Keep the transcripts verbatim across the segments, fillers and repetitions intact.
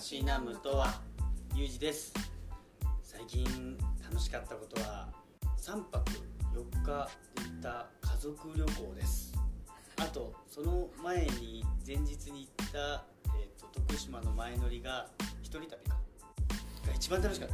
しなむとはゆうじです。最近楽しかったことはさんぱくよっかで行った家族旅行です。あとその前に前日に行った、えー、と徳島の前乗りが一人旅かが一番楽しかった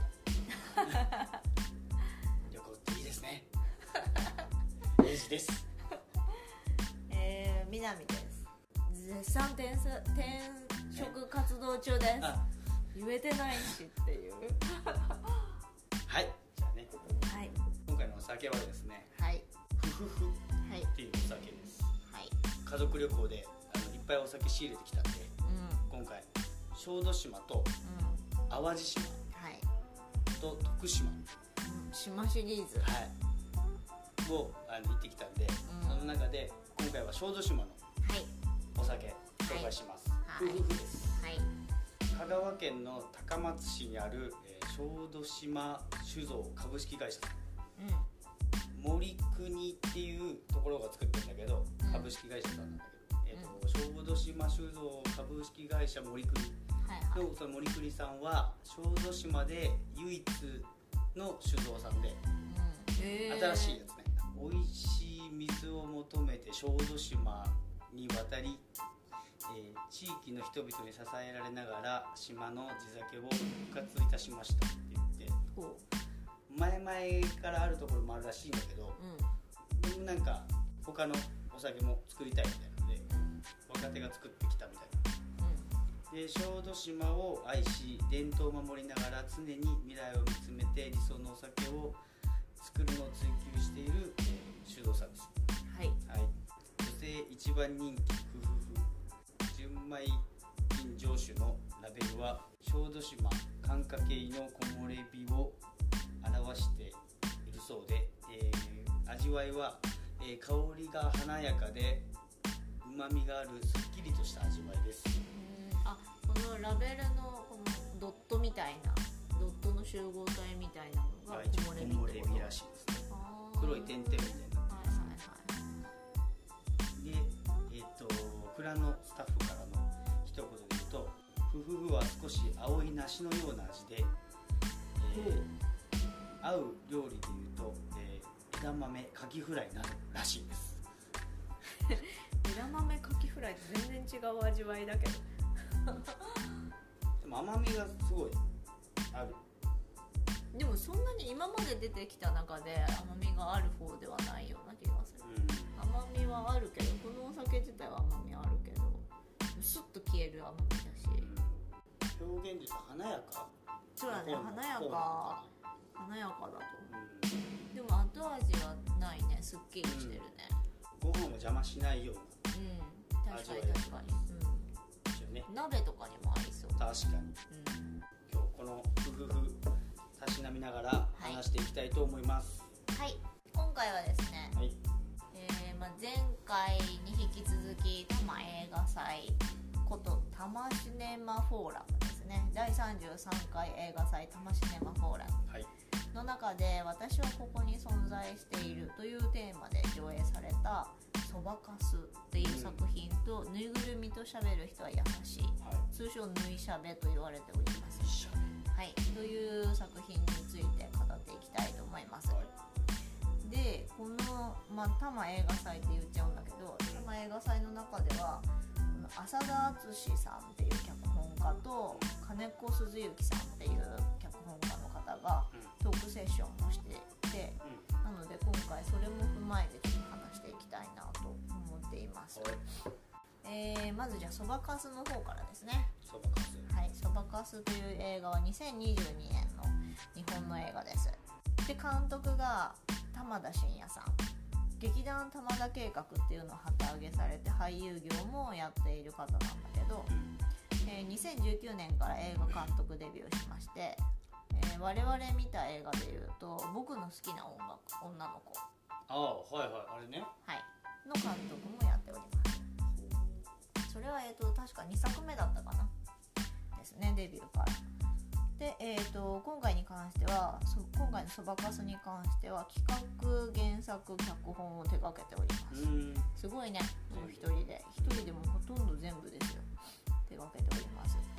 旅行っていいですねゆうじです。 えー、南です。絶賛転転職活動中です。言えてないしっていうはいじゃあね、 はい、 今回のお酒はですね、 はいふふふっていうお酒です。 はい、 家族旅行であのいっぱいお酒仕入れてきたんで、 うん、 今回小豆島とうん、 淡路島はいと徳島、 うん、島シリーズ、 はい、をあの行ってきたんで、 うん、 その中で今回は小豆島のはいお酒紹介します。 はい、 ふふふです。 はい、 香川県の高松市にある、えー、小豆島酒造株式会社、うん、森国っていうところが作ってるんだけど、うん、株式会社さんなんだけど、えーとうん、小豆島酒造株式会社森国の、はい、その森国さんは小豆島で唯一の酒造さんで、うん、新しいやつね。美味しい水を求めて小豆島に渡り、えー、地域の人々に支えられながら島の地酒を復活いたしましたって言って、前々からあるところもあるらしいんだけど、うん、なんか他のお酒も作りたいみたいなので、うん、若手が作ってきたみたいな、うん、で小豆島を愛し伝統を守りながら常に未来を見つめて理想のお酒を作るのを追求している、えー、酒造さんです。はい、はい、女性一番人気ふふふ純米吟醸酒のラベルは小豆島寒霞系の木漏れ日を表しているそうで、えー、味わいは、えー、香りが華やかでうまみがあるすっきりとした味わいです。 うん、あ、このラベルのこのドットみたいなドットの集合体みたいなのが木漏れ日ってこと？木漏れ日らしいですね。 黒い点々みたいになってます、ね。はいはいはい、で、えーと、蔵のスタッフからの一言で言うと、ふふふは少し青い梨のような味で、えー、合う料理で言うと、えー、枝豆カキフライなどらしいです枝豆カキフライって全然違う味わいだけどでも甘みがすごいある。 でもそんなに今まで出てきた中で甘みがある方ではないような気がする、うん、甘みはあるけど、このお酒自体は甘みあるけどスッと消える甘みだし、 うん、表現で言うと華やか。 そうだね、華やか華やかだと思う、うん、でも後味はないね、すっきりしてるね、 うん、ご飯を邪魔しないような、うん、確かに確かに、うん、ね、鍋とかにも合いそう。 確かに、うん、今日このふふふたしなみながら話していきたいと思います。 はい、はい、今回はですね、はい、えーまあ、前回に引き続き多摩映画祭こと多摩シネマフォーラムですね、だいさんじゅうさんかい映画祭多摩シネマフォーラムの中で、私はここに存在しているというテーマで上映されたそばかすっていう作品と、うん、ぬいぐるみとしゃべる人は優しい、はい、通称ぬいしゃべと言われております。はい、という作品について語っていきたいと思います。はい、で、この、まあ、多摩映画祭って言っちゃうんだけど、多摩映画祭の中では浅田敦さんっていう脚本家と金子鈴之さんっていう脚本家の方がトークセッションをしていて、うん、なので今回それも踏まえてちょっと話していきたいなと思っています。はい、えー、まずじゃあそばかすの方からですね。 そばかす、 はい、そばかすという映画はにせんにじゅうにねんの日本の映画です。で、監督が玉田真也さん、劇団玉田計画っていうのを旗揚げされて俳優業もやっている方なんだけど、えー、にせんじゅうきゅうねんから映画監督デビューしまして、えー、我々見た映画でいうと僕の好きな音楽女の子、 ああ、はいはい、あれね、 はい、の監督もやっております。それは、えーと、確かにさくめだったかなですね、デビューから。で、えーと、今回に関しては今回のそばかすに関しては企画原作脚本を手掛けております。うん、すごいね、もう一人で一人でもほとんど全部ですよ、手掛けております。で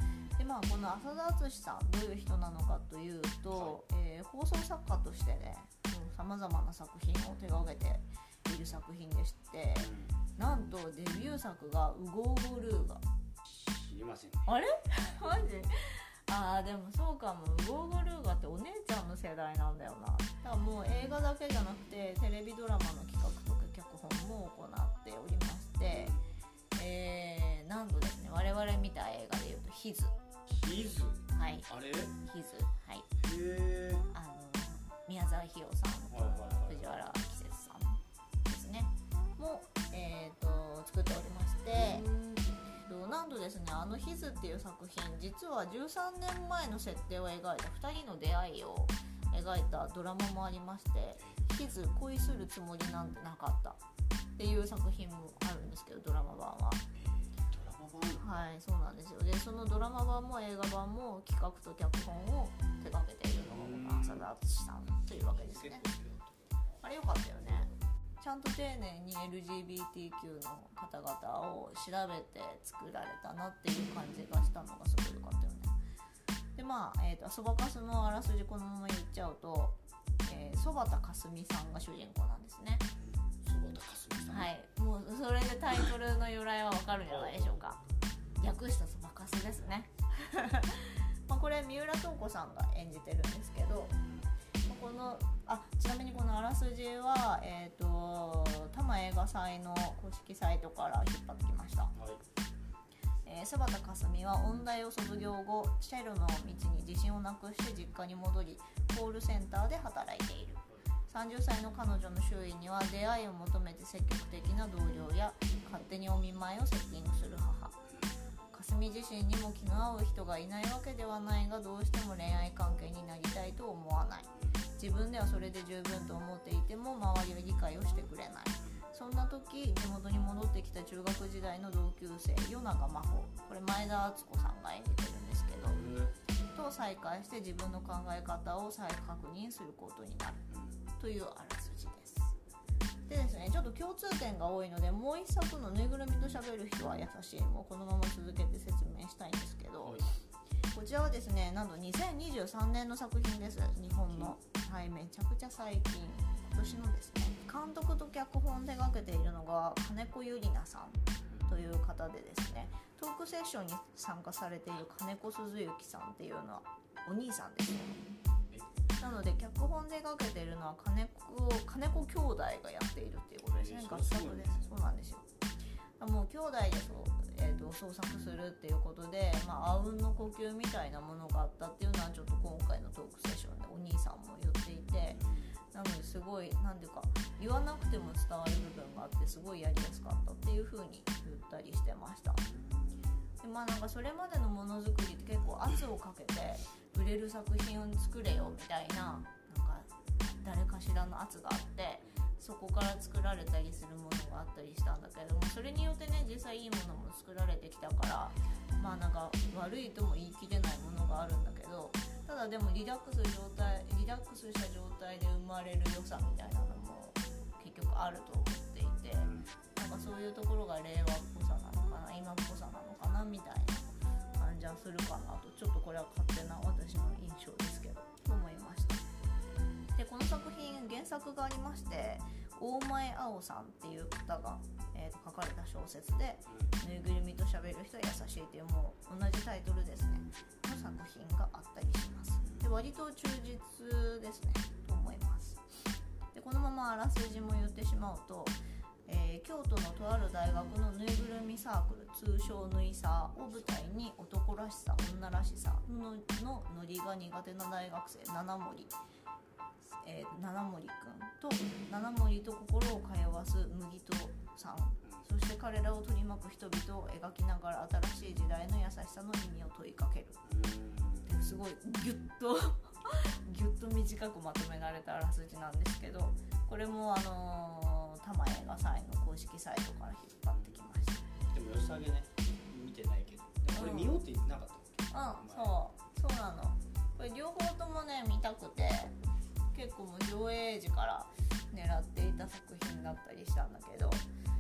で、まあ、この浅田敦さんどういう人なのかというと、はい、えー、放送作家としてねさまざまな作品を手がけている作品でして、うん、なんとデビュー作がウゴーゴルーガ。 知りませんね。 あれマジあーでもそうかも。ウゴーゴルーガってお姉ちゃんの世代なんだよな。だからもう映画だけじゃなくてテレビドラマの企画とか脚本も行っておりまして、えー、なんとですね我々見た映画でいうとヒズヒズはい、 あれヒズはいへーあの宮沢ひよさんと藤原季節さんですねも、えー、と作っておりまして、なんとですねあのヒズっていう作品実はじゅうさんねんまえの設定を描いたふたりの出会いを描いたドラマもありまして、ヒズ恋するつもりなんてなかったっていう作品もあるんですけど、ドラマ版はドラマ版はいそうなんですよ。でそのドラマ版も映画版も企画と脚本を手掛けているのが浅田敦さんというわけですね。あれよかったよね。ちゃんと丁寧に エルジービーティーキュー の方々を調べて作られたなっていう感じがしたのがすごいよかったよね。でまあ、えーと、そばかすのあらすじこのまま言っちゃうと、えー、曽端かすみさんが主人公なんですね。 曽端かすみさん、 はい、もうそれでタイトルの由来はわかるんじゃないでしょうか。略したそばかすですねまあこれ三浦透子さんが演じてるんですけど、このあちなみにこのあらすじは、えー、と多摩映画祭の公式サイトから引っ張ってきました。はいえー、曽端かすみは音大を卒業後チェロの道に自信をなくして実家に戻りコールセンターで働いている。さんじゅっさいの彼女の周囲には出会いを求めて積極的な同僚や勝手にお見舞いをセッティングする母。かすみ自身にも気の合う人がいないわけではないが、どうしても恋愛関係になりたいと思わない。自分ではそれで十分と思っていても周りは理解をしてくれない。そんな時地元に戻ってきた中学時代の同級生与永真帆、これ前田敦子さんが演じてるんですけど、と再会して自分の考え方を再確認することになるというあらすじです。でですね、ちょっと共通点が多いのでもう一作のぬいぐるみと喋る人は優しいもこのまま続けて説明したいんですけど、はい、こちらはですねなんとにせんにじゅうさんねんの作品です。日本の、はい、めちゃくちゃ最近今年のですね。監督と脚本を手掛けているのが金子ゆりなさんという方でですね、トークセッションに参加されている金子鈴之さんっていうのはお兄さんですよ。なので脚本で描けているのは金子金子兄弟がやっているっていうことですね。合作です。そうなんですよ。もう兄弟でそう、えー、と創作するっていうことで、まあ阿吽の呼吸みたいなものがあったっていうのはちょっと今回のトークセッションでお兄さんも言っていて、なのですごいなんていうか言わなくても伝わる部分があってすごいやりやすかったっていう風に言ったりしてました。でまあなんかそれまでのものづくりって結構圧をかけて売れる作品を作れよみたいな、なんか誰かしらの圧があってそこから作られたりするものがあったりしたんだけども、それによってね実際いいものも作られてきたからまあなんか悪いとも言い切れないものがあるんだけど、ただでもリラックス状態リラックスした状態で生まれる良さみたいなのも結局あると思っていて、なんかそういうところが令和っぽさなのかな今っぽさなのかなみたいな感じはするかなと、ちょっとこれは勝手な私の印象ですけどと思いました。でこの作品原作がありまして大前青さんっていう方が、えー、と書かれた小説でぬいぐるみと喋る人は優しいっていうもう同じタイトルですねの作品があったりします。で割と忠実ですねと思います。でこのままあらすじも言ってしまうと、えー、京都のとある大学のぬいぐるみサークル通称ぬいさーを舞台に男らしさ女らしさののノリが苦手な大学生七森えー、七森くんと七森と心を通わす麦とさん、そして彼らを取り巻く人々を描きながら新しい時代の優しさの意味を問いかけるってすごいギュッとギュッと短くまとめられたあらすじなんですけど、これもあのー、多摩映画祭の公式サイトから引っ張ってきました。 でも吉武ね見てないけどこれ見ようって言ってなかったっけ？ うん、そうそうなの。これ両方ともね見たくて結構もう上映時から狙っていた作品だったりしたんだけど、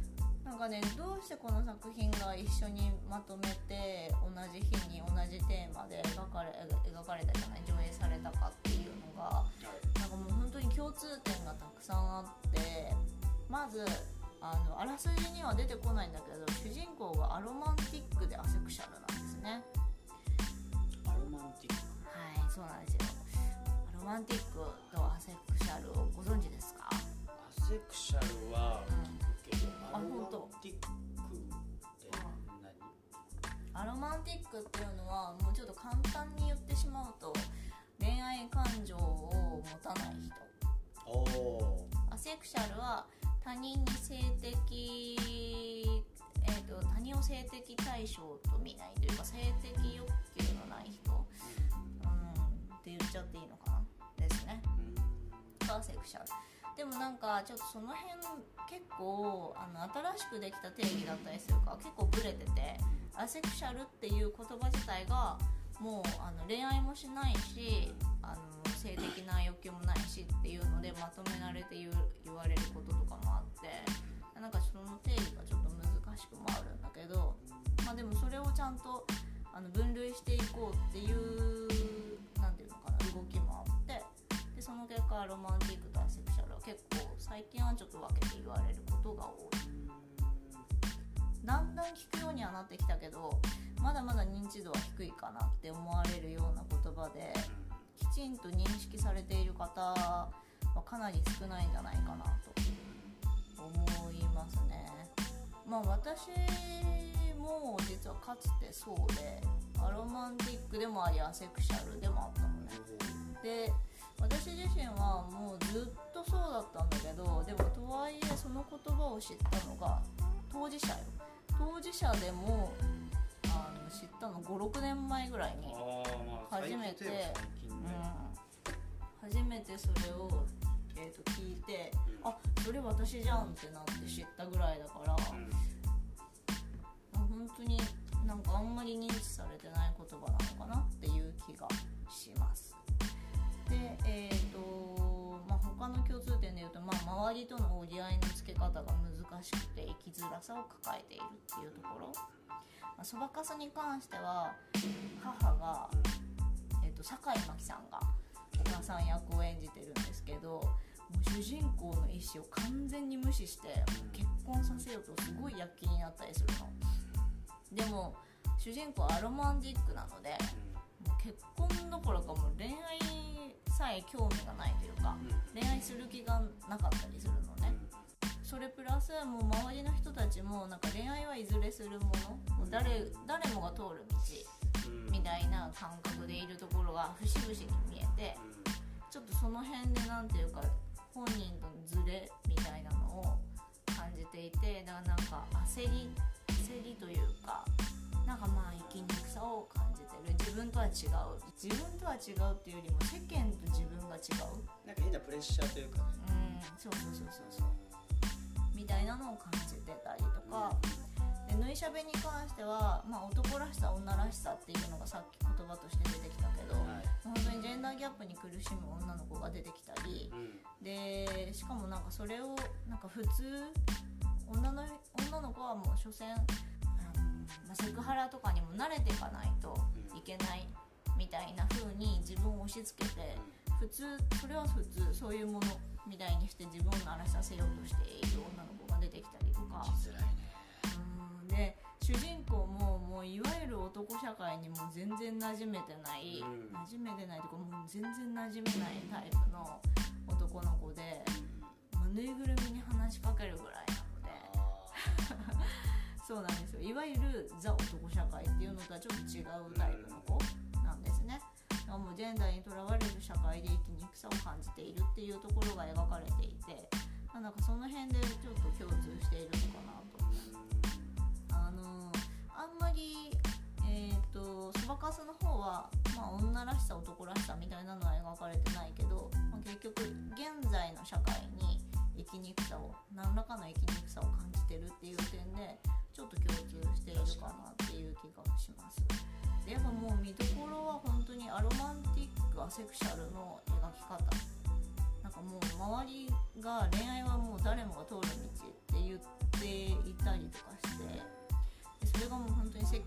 なんかね、どうしてこの作品が一緒にまとめて同じ日に同じテーマで描かれ描かれたじゃない上映されたかっていうのが、なんかもう本当に共通点がたくさんあって、まずあのあらすじには出てこないんだけど、主人公がアロマンティックでアセクシャルなんですね。 アロマンティック、 はい、そうなんですよ。アロマンティックとアセクシャルをご存知ですか？ アセクシャルは聞くけど、 うん、 アロマンティックって何？ アロマンティックっていうのはもうちょっと簡単に言ってしまうと、恋愛感情を持たない人。 おアセクシャルは他人に性的、えーと、他人を性的対象と見ないというか、性的欲求のない人、うん、って言っちゃっていいのかなですね、うん、アセクシャル。でもなんかちょっとその辺結構あの新しくできた定義だったりするから結構ブレてて、アセクシャルっていう言葉自体がもうあの恋愛もしないし、あの性的な欲求もないしっていうのでまとめられて言う言われることとかもあって、なんかその定義がちょっと難しくもあるんだけど、まあでもそれをちゃんとあの分類していこうっていうなんていうのかな動きもあって、でその結果ロマンティックとアセクシャルは結構最近はちょっと分けて言われることが多い。だんだん聞くようにはなってきたけど、まだまだ認知度は低いかなって思われるような言葉で、きちんと認識されている方はかなり少ないんじゃないかなと思いますね。まあ私も実はかつてそうで、アロマンティックでもありアセクシャルでもあったのね。で私自身はもうずっとそうだったんだけど、でもとはいえその言葉を知ったのが当事者よ。当事者でもあの知ったのごろくねんまえぐらいに初めて、うん、初めてそれを、えーと聞いて、うん、あ、それ私じゃんってなって知ったぐらいだから、うん、本当になんかあんまり認知されてない言葉なのかなっていう気がします。で、えーとまあ、他の共通点でいうと、まあ、周りとの折り合いのつけ方が難しくて生きづらさを抱えているっていうところ、まあ、そばかすに関しては母が、えーと、坂井真紀さんがお母さん役を演じてるんですけど、もう主人公の意思を完全に無視して結婚させようとすごい躍起になったりするの。でも主人公はアロマンティックなので、もう結婚どころかもう恋愛さえ興味がないというか、恋愛する気がなかったりするのね。それプラスもう周りの人たちもなんか恋愛はいずれするもの、もう 誰, 誰もが通る道みたいな感覚でいるところが節々に見えて、ちょっとその辺でなんていうか本人とのズレみたいなのを感じていて、だからなんか焦り焦りというか、なんかまあ生きにくさを感じてる。自分とは違う自分とは違うっていうよりも世間と自分が違う、 なんか変なプレッシャーというかね、うん、そうそうそうそうそうみたいなのを感じてたりとか、うん、で縫いしゃべに関しては、まあ、男らしさ女らしさっていうのがさっき言葉として出てきたけど、はい、本当にジェンダーギャップに苦しむ女の子が出てきたり、うん、でしかもなんかそれをなんか普通 女の、女の子はもう所詮まあ、セクハラとかにも慣れていかないといけないみたいな風に自分を押し付けて、普通それは普通そういうものみたいにして自分を慣らさせようとしている女の子が出てきたりとか、うんで主人公ももういわゆる男社会にも全然馴染めてない、うん、馴染めてないとかもう全然馴染めないタイプの男の子で、まあ、ぬいぐるみに話しかけるぐらいなのでそうなんですよ。いわゆるザ男社会っていうのとはちょっと違うタイプの子なんですね。もうジェンダーにとらわれる社会で生きにくさを感じているっていうところが描かれていて、なんかその辺でちょっと共通しているのかなと。あのあんまりえっとそばかすの方は、まあ、女らしさ男らしさみたいなのは描かれてないけど、まあ、結局現在の社会に生きにくさを何らかの生きにくさを感じてるっていう点でちょっと共通しているかなっていう気がします。でやっぱもう見どころは本当にアロマンティックアセクシャルの描き方、なんかもう周りが恋愛はもう誰もが通る道って言っていたり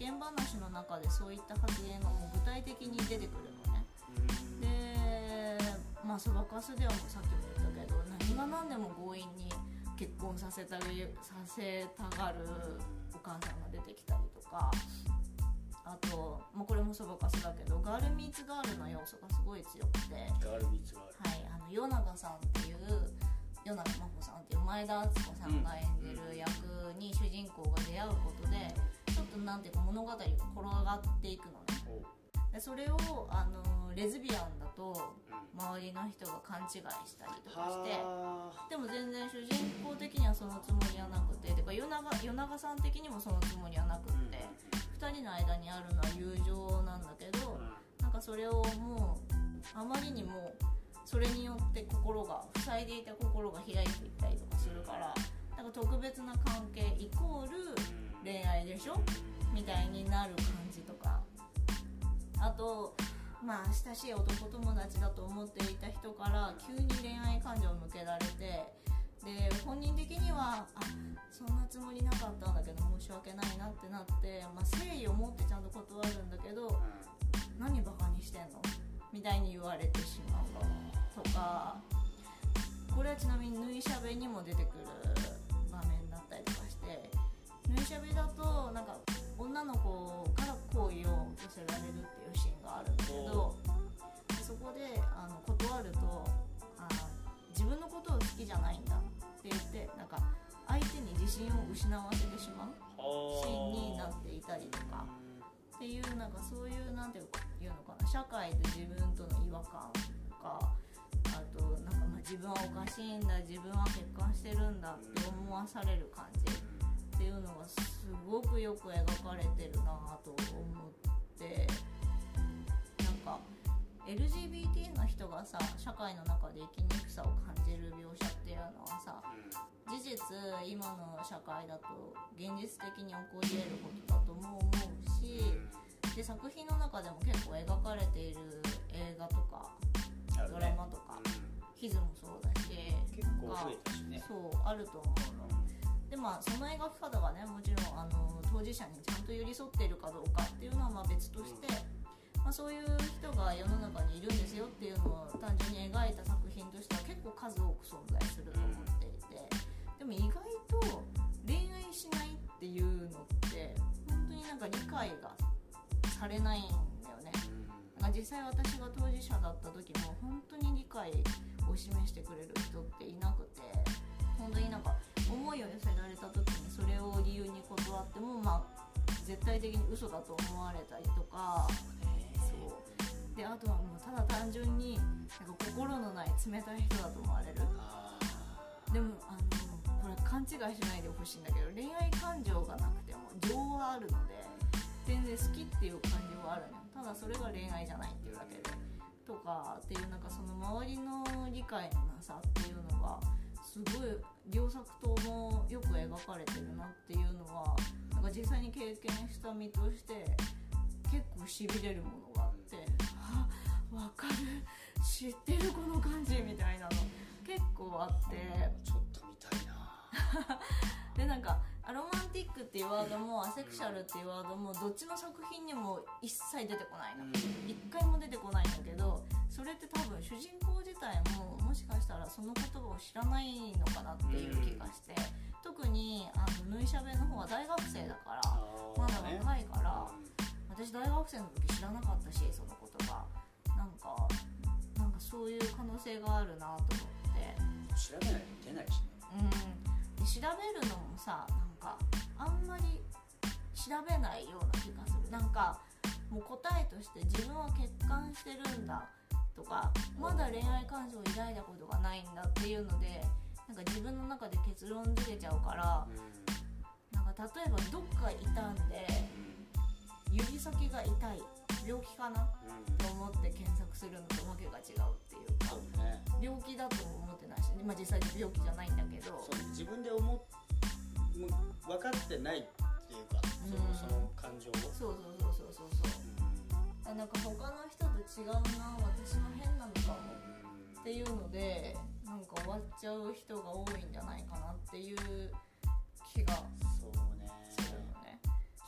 間話の中でそういった発言がもう具体的に出てくるのね。でまあそばかすではもうさっきも言ったけど、何が何でも強引に結婚させたりさせたがるお母さんが出てきたりとか、あと、まあ、これもそばかすだけどガールミーツガールの要素がすごい強くて、 ガールミーツガール、 はい、あの与永さんっていう与永真帆さんっていう前田敦子さんが演じる役に主人公が出会うことで、ちょっとなんていうか物語が転がっていくのね。でそれをあのレズビアンだと周りの人が勘違いしたりとかして、でも全然主人公的にはそのつもりはなくて、てか与永、与永さん的にもそのつもりはなくって、ふたりの間にあるのは友情なんだけど、なんかそれをもうあまりにもそれによって心が塞いでいた心が開いていったりとかするから、なんか特別な関係イコール恋愛でしょみたいになる感じとか、あとまあ親しい男友達だと思っていた人から急に恋愛感情を向けられて、で本人的にはあそんなつもりなかったんだけど申し訳ないなってなって、まあ、誠意を持ってちゃんと断るんだけど、何バカにしてんのみたいに言われてしまうとか、これはちなみに縫いしゃべにも出てくる場面だったりとかして、縫いしゃべだとなんか女の子から好意を寄せられるっていうシーンがあるんだけど、そこであの断るとあ自分のことを好きじゃないんだって言って、なんか相手に自信を失わせてしまうシーンになっていたりとかっていう、なんかそういうなんていうのかな、社会で自分との違和感とか、あとなんかまあ自分はおかしいんだ、自分は欠陥してるんだって思わされる感じっていうのがすごくよく描かれてるなと思って、なんか エルジービーティー の人がさ社会の中で生きにくさを感じる描写っていうのはさ、事実今の社会だと現実的に起こり得ることだとも思うし、で作品の中でも結構描かれている映画とかドラマとか、ヒズもそうだし結構増えたしね、 そうあると思うので、まあその描き方がねもちろんあの当事者にちゃんと寄り添っているかどうかっていうのはまあ別として、まあ、そういう人が世の中にいるんですよっていうのを単純に描いた作品としては結構数多く存在すると思っていて、でも意外と恋愛しないっていうのって本当になんか理解がされないんだよね。なんか実際私が当事者だった時も本当に理解を示してくれる人っていなくて、本当になんか思いを寄せられた時にそれを理由に断ってもまあ絶対的に嘘だと思われたりとか、そうであとはもうただ単純になんか心のない冷たい人だと思われる。でもあのこれ勘違いしないでほしいんだけど、恋愛感情がなくても情はあるので全然好きっていう感情はあるのよ。ただそれが恋愛じゃないっていうだけでとかっていう、なんかその周りの理解のなさっていうのがすごい両作ともよく描かれてるなっていうのは、なんか実際に経験した身として結構しびれるものがあって、あ、わかる、知ってるこの感じみたいなの結構あって、 ちょっと見たいなでなんかアロマンティックっていうワードもアセクシャルっていうワードもどっちの作品にも一切出てこないの、一回も出てこないんだけど、それって多分主人公自体ももしかしたらその言葉を知らないのかなっていう気がして、特にあの縫いしゃべの方は大学生だからまだ若いから、私大学生の時知らなかったしその言葉なんかなんかそういう可能性があるなと思って、 調べないと出ないしね、 うん、で調べるのもさなんかあんまり調べないような気がする。なんかもう答えとして自分は欠陥してるんだとか、まだ恋愛感情を抱いたことがないんだっていうのでなんか自分の中で結論付けちゃうから、なんか例えばどっか痛んで指先が痛い病気かなと思って検索するのとわけが違うっていうか、 そうね、 病気だとも思ってないし、まあ、実際病気じゃないんだけど、 そう自分で思っ分かってないっていうか、うん、そのその感情をそうそうそうそうそうそう、うん、なんか他の人と違うな、私も変なのかもっていうのでなんか終わっちゃう人が多いんじゃないかなっていう気がそうね、 するよね。 そばかす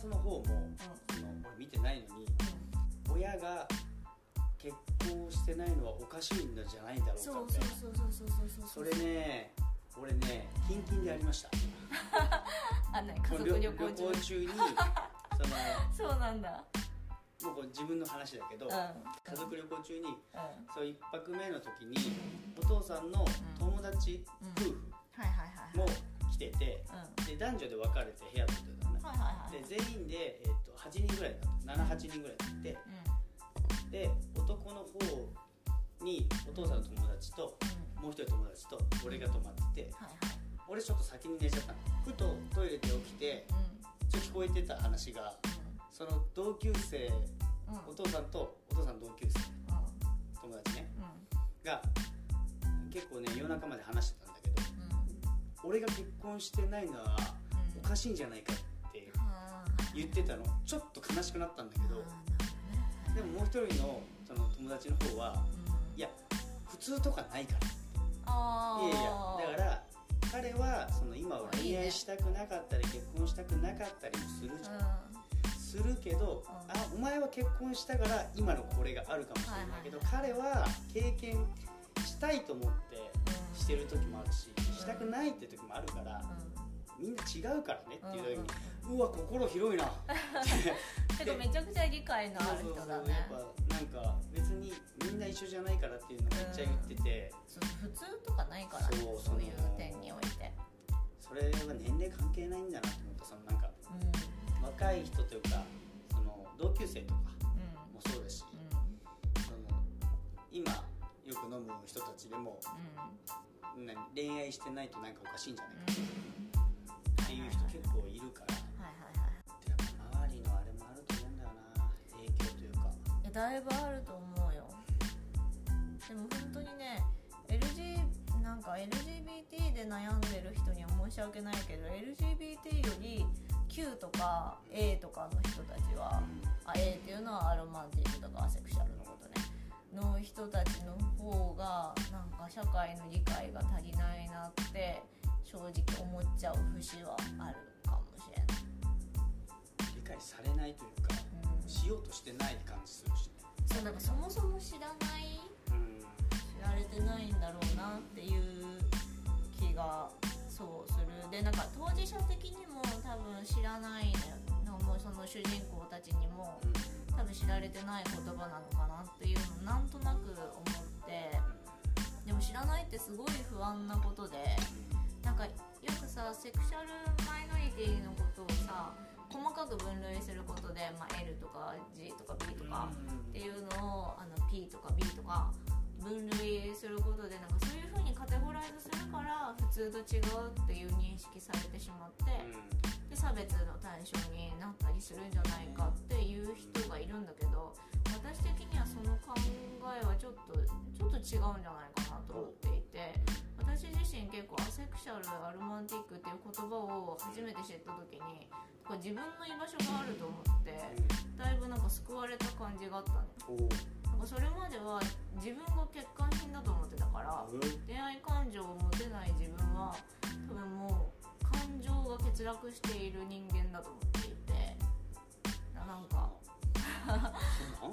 その方も、うん、その俺見てないのに、うん、親が結婚してないのはおかしいんじゃないんだろうかみたいな。そうそうそうそうそうそう。それね、俺ね、キンキンでやりました。 あ、ね、家族旅行中。 旅行中にそのそうなんだ。 もうこれ自分の話だけど、うん、家族旅行中に、うん、そういっぱくめの時に、うん、お父さんの友達、うん、夫婦も来てて、うん、で男女で分かれて部屋取ってたのね、はいはいはい、で全員で、えー、とはちにんぐらいだった、ななはちにんぐらいだって、うん、で男の方にお父さんの友達と、うん、もう一人友達と俺が泊まってて、はいはい、俺ちょっと先に寝ちゃったの。ふとトイレで起きて、うん、ちょっと聞こえてた話が、その同級生、うん、お父さんとお父さんの同級生、うん、友達ね、うん、が結構ね夜中まで話してたんだけど、うん、俺が結婚してないのはおかしいんじゃないかって言ってたの、ちょっと悲しくなったんだけど、うん、でももう一人のその友達の方は、うん、いや普通とかないから、あいやいやだから彼はその今は恋愛したくなかったり結婚したくなかったりもするじゃん、うんするけど、うん、あお前は結婚したから今のこれがあるかもしれないけど、はいはいはい、彼は経験したいと思ってしてる時もあるし、うん、したくないって時もあるから、うん、みんな違うからねっていう時に、うんうん、うわ心広いなけどめちゃくちゃ理解のある人だね。そうそうそう、やっぱなんか別にみんな一緒じゃないからっていうのめっちゃ言ってて、 うん、普通とかないからね、そう、そういう点においてそれは年齢関係ないんだなと思った。そのなんか、うん、若い人というかその同級生とかもそうだし、うん、その今よく飲む人たちでも、うん、恋愛してないとなんかおかしいんじゃないかっていう人結構いるから、はいはいはい、でやっぱ周りのあれもあると思うんだよな、影響というか。 いやだいぶあると思うよ。でも本当にね エルジー なんか エルジービーティー で悩んでる人には申し訳ないけど エルジービーティー より Q とか A とかの人たちは、あ A っていうのはアロマンティックとかアセクシャルのことねの人たちの方がなんか社会の理解が足りないなって正直思っちゃう節はあるかもしれない。 理解されないというか、うん、しようとしてない感じするしね。 そうなんかそもそも知らない、うん、知られてないんだろうなっていう気がそうする。でなんか当事者的にも多分知らないのよ。もうその主人公たちにも多分知られてない言葉なのかなっていうのをなんとなく思って、でも知らないってすごい不安なことで、なんかよくさセクシャルマイノリティのことをさ細かく分類することで、まあ、L とか G とか B とかっていうのをあの P とか B とか分類することでなんかそういう風にカテゴライズするから普通と違うっていう認識されてしまって、で差別の対象になったりするんじゃないかっていう人がいるんだけど、私的にはその考えはちょっとちょっと違うんじゃないかなと思っていて、私自身結構アセクシャルアロマンティックっていう言葉を初めて知った時にこれ自分の居場所があると思ってだいぶなんか救われた感じがあったの。なんかそれまでは自分が欠陥品だと思ってたから、恋愛感情を持てない自分は多分もう感情が欠落している人間だと思っていて、なんかうん、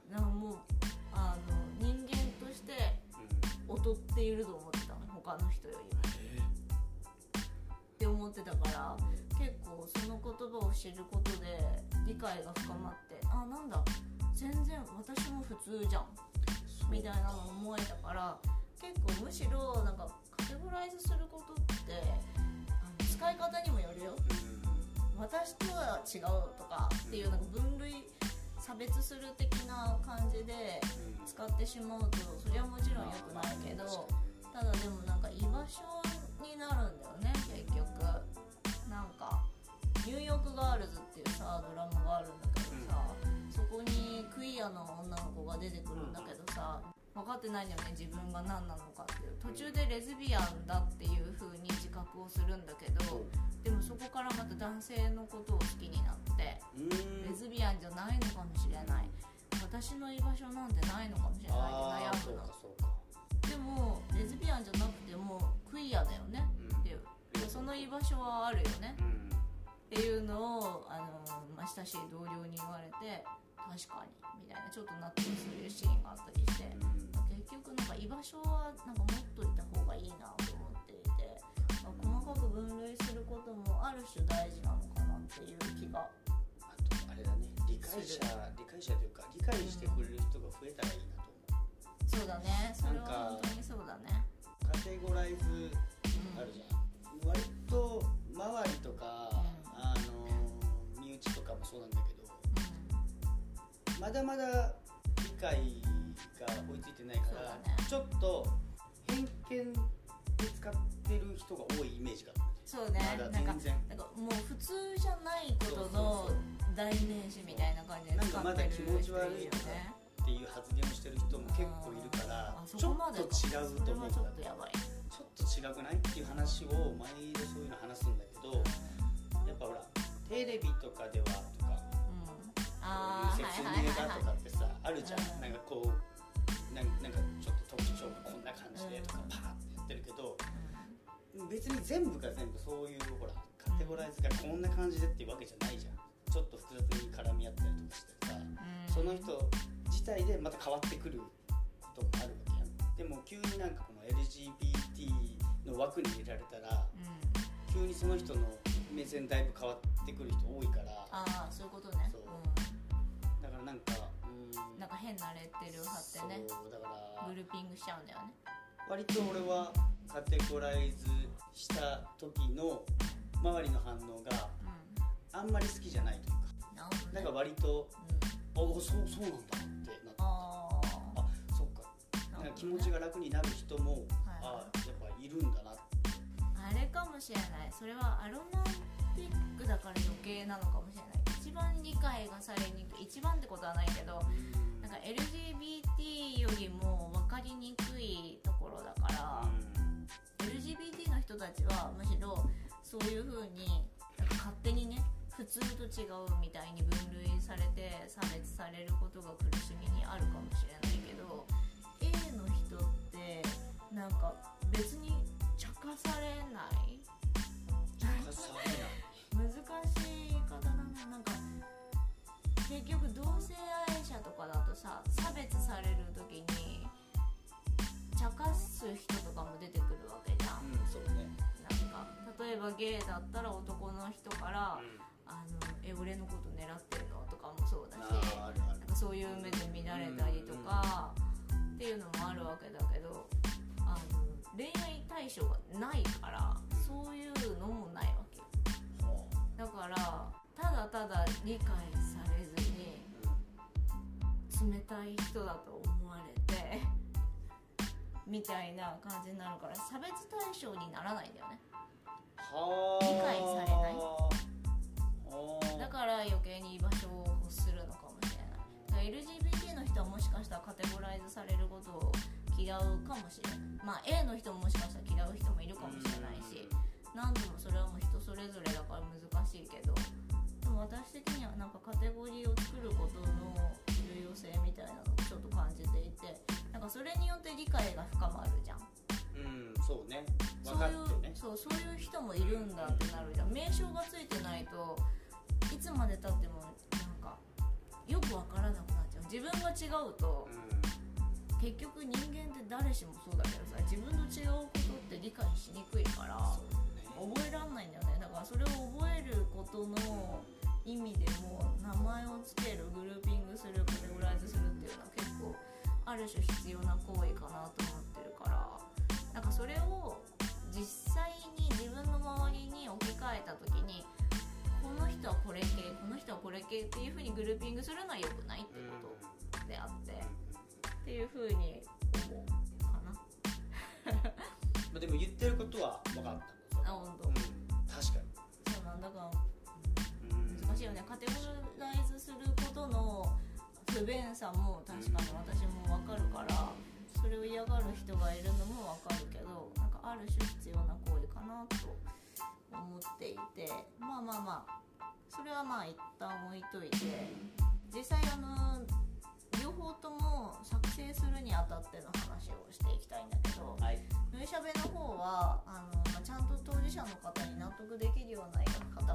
なんかもうあの人間として劣っていると思ってたの、他の人よりもって思ってたから、結構その言葉を知ることで理解が深まって、あ、なんだ全然私も普通じゃんみたいなのを思えたから、結構むしろなんかカテゴライズすることってあの使い方にもよるよ、私とは違うとかっていうなんか分類差別する的な感じで使ってしまうとそれはもちろん良くないけど、ただでもなんか居場所になるんだよね結局。なんかニューヨークガールズっていうさドラマがあるんだけどさ、そこにクイアの女の子が出てくるんだけどさ、分かってないんだよね自分が何なのかっていう。途中でレズビアンだっていう風に自覚をするんだけど、でもそこからまた男性のことを好きになってレズビアンじゃないのかもしれない、私の居場所なんてないのかもしれないって悩むの。でもレズビアンじゃなくてもクイアだよねっていう、その居場所はあるよね、 っていうのをあの、まあ、親しい同僚に言われて確かにみたいなちょっと納得するシーンがあったりして、うん、結局なんか居場所はなんか持っといた方がいいなと思っていて、まあ、細かく分類することもある種大事なのかなっていう気が。 あとあれだね、理解者理解者というか理解してくれる人が増えたらいいなと思う、うん、 そうだね、それは本当にそうだね。 カテゴライズあるじゃん、うん、割と周りとか、うん、あの身内とかもそうなんだけど、まだまだ理解が追いついてないから、ね、ちょっと偏見で使ってる人が多いイメージがある。 そうね、まだ全然なんかもう普通じゃないことの代名詞みたいな感じで使ってる人いるよね。なんかまだ気持ち悪いとかっていう発言をしてる人も結構いるから、ちょっと違うと思うんだ。ちょっとやばい、ちょっと違くないっていう話を毎度そういうの話すんだけど、やっぱほらテレビとかではとかこういう説明だとかってさ、あるじゃん、うん、なんかこうなんなんかちょっと特徴がこんな感じでとかパーってやってるけど、うん、別に全部が全部そういうほらカテゴライズがこんな感じでっていうわけじゃないじゃん。ちょっと複雑に絡み合ったりとかしてさ、うん、その人自体でまた変わってくることもあるわけやん。でも急になんかこの エルジービーティー の枠に入れられたら、うん、急にその人の目線だいぶ変わってくる人多いから。 ああ、そういうことね。そう、うん、 だからなんか、 うん、なんか変なレッテル貼ってね、そうだからグルーピングしちゃうんだよね。 割と俺はカテゴライズした時の周りの反応があんまり好きじゃないというか、うん、なんか割と、うん、あ、そう、そうなんだってなって、ああ、そっか、なんか気持ちが楽になる人も、はい、あ、やっぱいるんだなって。 あれかもしれない、それはアロマンティックだから余計なのかもしれない。一番理解がされにくい、一番ってことはないけど、なんか エルジービーティー よりも分かりにくいところだから、エルジービーティー の人たちはむしろそういう風になんか勝手にね、普通と違うみたいに分類されて差別されることが苦しみにあるかもしれないけど、 A の人ってなんか別に茶化されない、 茶化されない難しい言い方だな。なんか結局同性愛者とかだとさ、差別される時に茶化す人とかも出てくるわけじゃん、 うん、そうね。 なんか例えばゲイだったら男の人から、うん、あのえ俺のこと狙ってるのとかもそうだし、あるある、なんかそういう目で見られたりとか、うん、っていうのもあるわけだけど、あの恋愛対象がないからそういうのもないわけよ。だからただただ理解されずに冷たい人だと思われてみたいな感じになるから、差別対象にならないんだよね。 は理解されない。だから余計に居場所を欲するのかもしれない。だから エルジービーティー の人はもしかしたらカテゴライズされることを嫌うかもしれない。まあ A の人ももしかしたら嫌う人もいるかもしれないし、何度もそれはもう人それぞれだから難しいけど、でも私的にはなんかカテゴリーを作ることの重要性みたいなのをちょっと感じていて、なんかそれによって理解が深まるじゃん。 うん、そうね。分かってね。 そういう、そう、そういう人もいるんだってなるじゃん。名称がついてないといつまで経ってもなんかよく分からなくなっちゃう。自分が違うと、うん、結局人間って誰しもそうだけどさ、自分と違うことって理解しにくいから、覚えらんないんだよね。だからそれを覚えることの意味でも名前をつける、グルーピングする、カテゴライズするっていうのは結構ある種必要な行為かなと思ってるから、なんかそれを実際に自分の周りに置き換えた時に、この人はこれ系、この人はこれ系っていう風にグルーピングするのは良くないってことであって、っていう風に思うかなまあでも言ってることは分かった。 あ、本当、うん、 確かにそうなんだから、難しいよね。カテゴライズすることの不便さも確かに私も分かるから、それを嫌がる人がいるのも分かるけど、なんかある種必要な行為かなと思っていて、まあまあまあそれはまあ一旦置いといて、実際あの両方とも作成するにあたっての話をしていきたいんだけど、 はい、 ムーシャベの方はあの、まあ、ちゃんと当事者の方に納得できるような描き方がで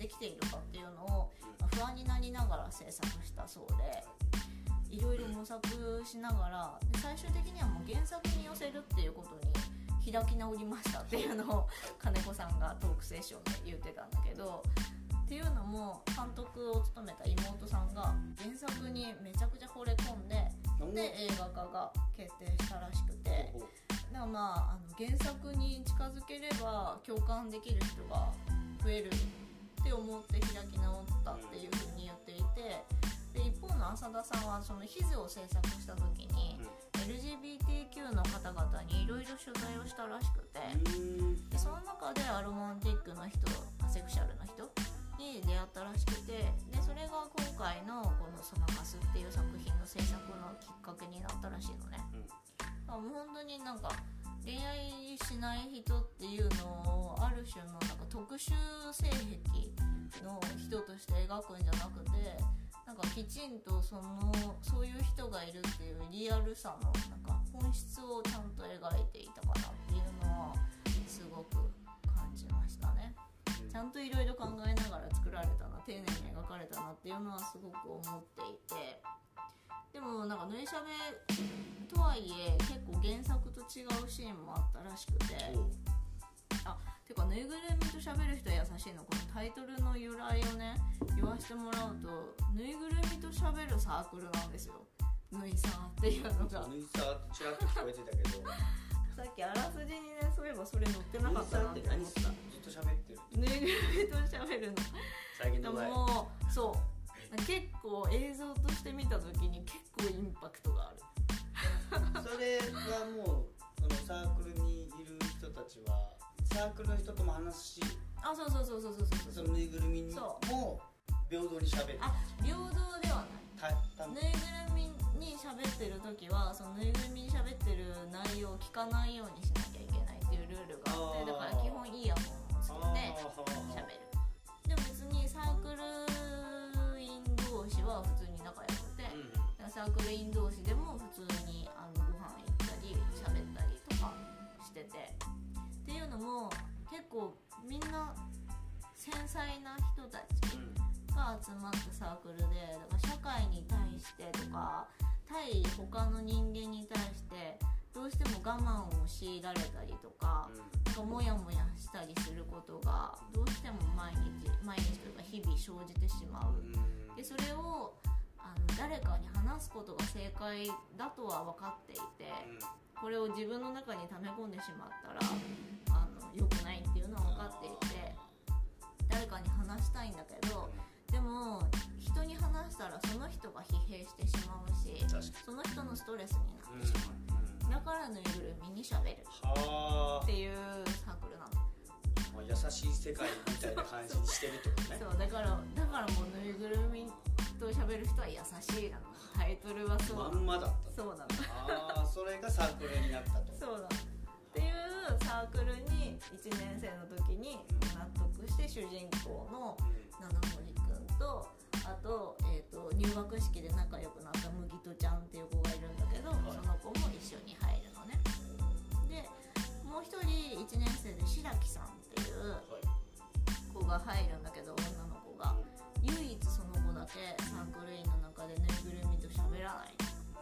きているかっていうのを、まあ、不安になりながら制作したそうで、いろいろ模索しながら最終的にはもう原作に寄せるっていうことに開き直りましたっていうのを金子さんがトークセッションで言ってたんだけど、っていうのも監督を務めた妹さんが原作にめちゃくちゃ惚れ込んで、で映画化が決定したらしくて、だからまあ、あの原作に近づければ共感できる人が増えるって思って開き直ったっていうふうに言っていて、で一方の浅田さんはそのヒズを制作した時に エルジービーティーキュー の方々にいろいろ取材をしたらしくて、でその中でアロマンティックの人、アセクシャルな人に出会ったらしくて、でそれが今回のこのそばかすっていう作品の制作のきっかけになったらしいのね。もう本当になんか恋愛しない人っていうのをある種のなんか特殊性癖の人として描くんじゃなくて、なんかきちんとそのそういう人がいるっていうリアルさのなんか本質をちゃんと描いていたかなっていうのはすごく感じましたね。ちゃんといろいろ考えながら作られたな、丁寧に描かれたなっていうのはすごく思っていて、でもなんか縫いしゃべとはいえ結構原作と違うシーンもあったらしくて、あ、てかぬいぐるみと喋る人は優しいのこのタイトルの由来をね言わせてもらうと、ぬいぐるみと喋るサークルなんですよ、ぬいさーっていうのが。 ぬいさーってちらっと聞こえてたけどさっきあらすじにね、そういえばそれ載ってなかったなって思った。 ずっと喋ってるぬいぐるみと喋るの最近の場合もうそう結構映像として見た時に結構インパクトがあるそれはもうそのサークルにいる人たちはサークルの人とも話すし、 あ、そうそうそうそうそうそうそのぬいぐるみにも平等に喋る。 あ、平等ではない。 たぬいぐるみに喋ってる時はそのぬいぐるみに喋ってる内容を聞かないようにしなきゃいけないっていうルールがあって、だから基本イヤホンをつけて喋る。でも別にサークル員同士は普通に仲良くて、うん、サークル員同士でも普通にあのご飯行ったり喋ったりとかしてて、っていうのも結構みんな繊細な人たちが集まったサークルで、だから社会に対してとか対他の人間に対してどうしても我慢を強いられたりとか、なんかモヤモヤしたりすることがどうしても毎日毎日というか日々生じてしまう。でそれをあの誰かに話すことが正解だとは分かっていて、これを自分の中に溜め込んでしまったらあの良くないっていうのは分かっていて、誰かに話したいんだけど、でも人に話したらその人が疲弊してしまうし、その人のストレスになってしまう。だからぬいぐるみにしゃべるっていうサークルなの。 優しい世界みたいな感じにしてるってことね。 そうだからだからもうぬいぐるみとしゃべる人は優しいなの。タイトルはそうまんまだった。 そうなの。 ああ、それがサークルになったと。 そうなの。っていうサークルにいちねん生の時に納得して主人公の七森くんと、あと、えーと、入学式で仲良くなった麦とちゃんっていう子がいるんだけど、はい、その子も一緒に入るのね。でもう一人いちねん生で白木さんっていう子が入るんだけど、女の子が唯一その子だけサークル員の中でぬいぐるみと喋らない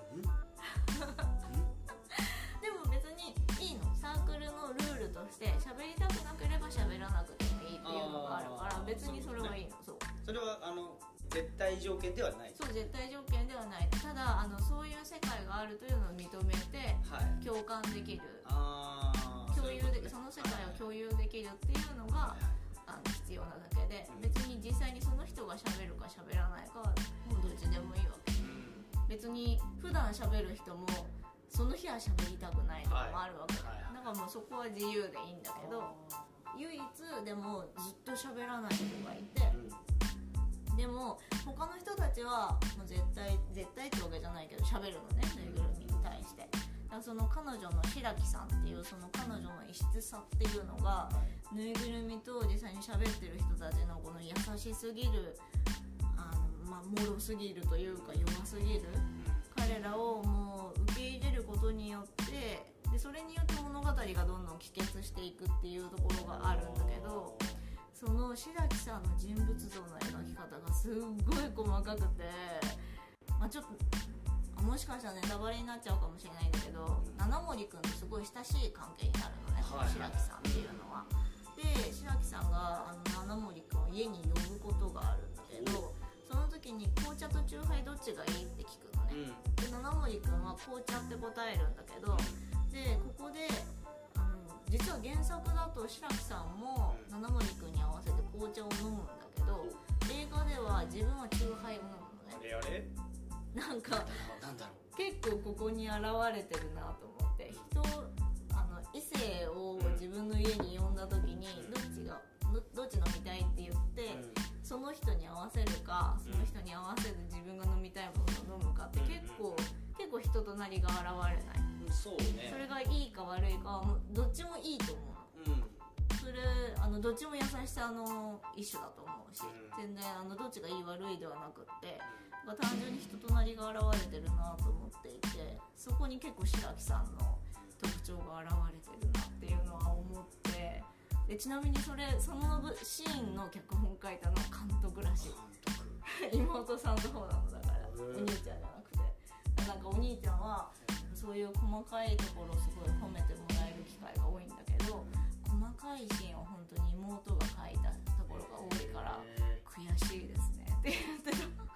でも別にいいの、サークルのルールとして喋りたくなければ喋らなくてもいいっていうのがあるから、別にそれはいいの。そう、 それはあの絶対条件ではない。 そう、絶対条件ではない。ただあのそういう世界があるというのを認めて、はい、共感できる、あ共有で、その世界を共有できるっていうのが、はい、あの必要なだけで、うん、別に実際にその人が喋るか喋らないかはもうどっちでもいいわけ、うん、別に普段喋る人もその日は喋りたくないとかもあるわけ、はい、だからもうそこは自由でいいんだけど、唯一でもずっと喋らない人がいて、うん、でも他の人たちはもう絶対絶対ってわけじゃないけど喋るのね、ぬいぐるみに対して。だからその彼女の白木さんっていうその彼女の異質さっていうのが、ぬいぐるみと実際に喋ってる人たちのこの優しすぎる、あの、まあ、脆すぎるというか弱すぎる彼らをもう受け入れることによって、でそれによって物語がどんどん帰結していくっていうところがあるんだけど、その白木さんの人物像の描き方がすっごい細かくて、まあ、ちょっともしかしたらネタバレになっちゃうかもしれないんだけど、七森くんとすごい親しい関係になるのね、はい、白木さんっていうのは。で白木さんがあの七森くんを家に呼ぶことがあるんだけど、その時に紅茶とチューハイどっちがいいって聞くのね、うん、で七森くんは紅茶って答えるんだけど、でここであの実は原作だと白木さんも七森くんに合わせて紅茶を飲むんだけど、映画では自分はチューハイを飲むのね。 あれあれなんかなんだろう、 結構ここに現れてるなと思って、人あの異性を自分の家に呼んだ時にどっちがどっち飲みたいって言って、その人に合わせるかその人に合わせず自分が飲みたいものを飲むかって結構結構人となりが現れない。 そうね。 それがいいか悪いかはもうどっちもいいと思う。うん。それあのどっちも優しさの一種だと思うし、全然あのどっちがいい悪いではなくって。単純に人となりが現れてるなと思っていて、そこに結構白木さんの特徴が現れてるなっていうのは思って、でちなみにそれそのシーンの脚本書いたのは監督らしい妹さんの方なのだから、お兄ちゃんじゃなくて、なんかお兄ちゃんはそういう細かいところをすごい褒めてもらえる機会が多いんだけど、細かいシーンを本当に妹が書いたところが多いから悔しいですねって言ってた。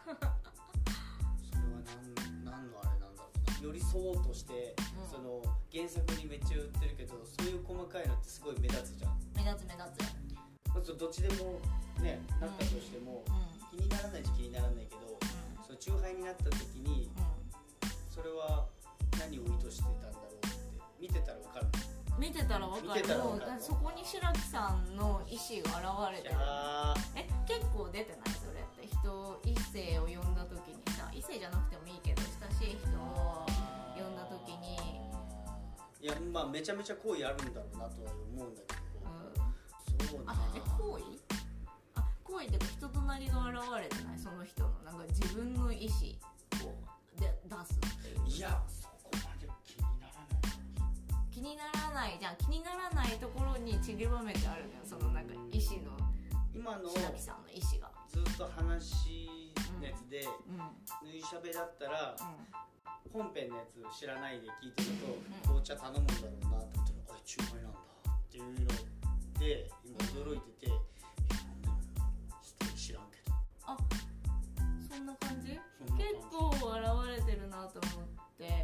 寄り添おうとして、うん、その原作にめっちゃ売ってるけど、そういう細かいのってすごい目立つじゃん。 目立つ目立つ。 どっちでもね、なったとしても、うん、気にならないし気にならないけど、うん、そのチューハイになった時に、うん、それは何を意図してたんだろうって見てたら分かる。 見てたら分かる。もうそこに白木さんの意思が現れてる。え、結構出てないそれって。人異性を呼んだ時にさ、異性じゃなくてもいいけど親しい人を呼んだ時に、 いやまあめちゃめちゃ好意あるんだろうなとは思うんだけど、うん、そうな。 あ、え、好意？あ、好意って人となりが現れてない、その人のなんか自分の意思をで出すっていう。 いやそこまで気にならない。 気にならないじゃん。気にならないところに散りばめてあるのよ、そのなんか意思の。今の白木さんの意思がずっと話のやつで、うんうん、縫いしゃべだったら、うん、本編のやつ知らないで聞いてると、うん、紅茶頼むんだろうなって思ったら、あれチューハイなんだっていうので今驚いてて、うん、え、なんでも知らんけど、 あ、そんな感じ？結構現れてるなと思って、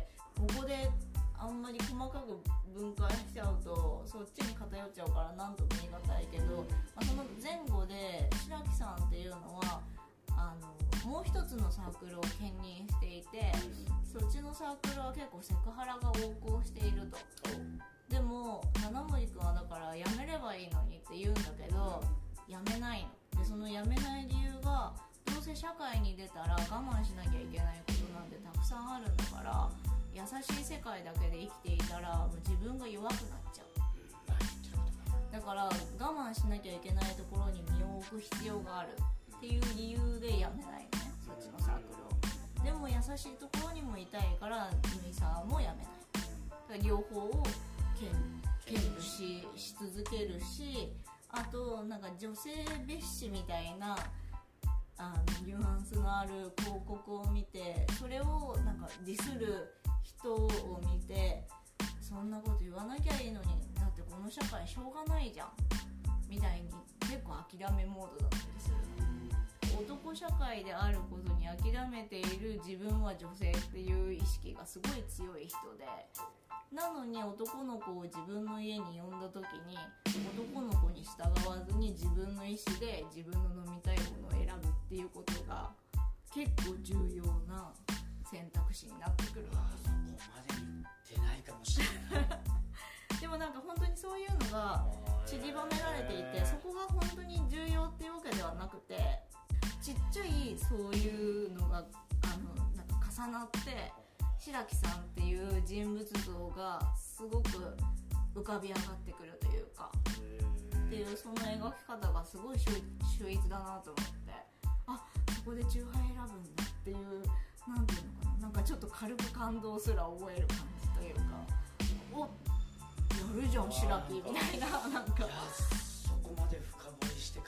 ここであんまり細かく分解しちゃうとそっちに偏っちゃうから何とも言い難いけど、まあ、その前後で白木さんっていうのはあのもう一つのサークルを兼任していて、そっちのサークルは結構セクハラが横行していると。でも七森くんはだから辞めればいいのにって言うんだけど辞めないので、その辞めない理由がどうせ社会に出たら我慢しなきゃいけないことなんてたくさんあるんだから、優しい世界だけで生きていたらもう自分が弱くなっちゃう。だから我慢しなきゃいけないところに身を置く必要があるっていう理由で辞めないのね、そっちのサークルを。でも優しいところにもいたいからぬいさんも辞めない。だから両方を兼務し、し続けるし、あとなんか女性蔑視みたいなあのニュアンスのある広告を見て、それをなんかディスる人を見て、そんなこと言わなきゃいいのに、だってこの社会しょうがないじゃんみたいに結構諦めモードだったりするの。男社会であることに諦めている自分は女性っていう意識がすごい強い人で、なのに男の子を自分の家に呼んだ時に男の子に従わずに自分の意思で自分の飲みたいものを選ぶっていうことが結構重要な選択肢になってくるわけ。 そこまで言ってないかもしれないでもなんか本当にそういうのが散りばめられていて、そこが本当に重要っていうわけではなくて、ちっちゃいそういうのがあのなんか重なって白木さんっていう人物像がすごく浮かび上がってくるというかっていう、その描き方がすごい秀逸だなと思って、あ、そこでチューハイ選ぶんだっていう、なんていうのかな、なんかちょっと軽く感動すら覚える感じというか、お、やるじゃん白木みたいな、なんかいやそこまで深掘りして考え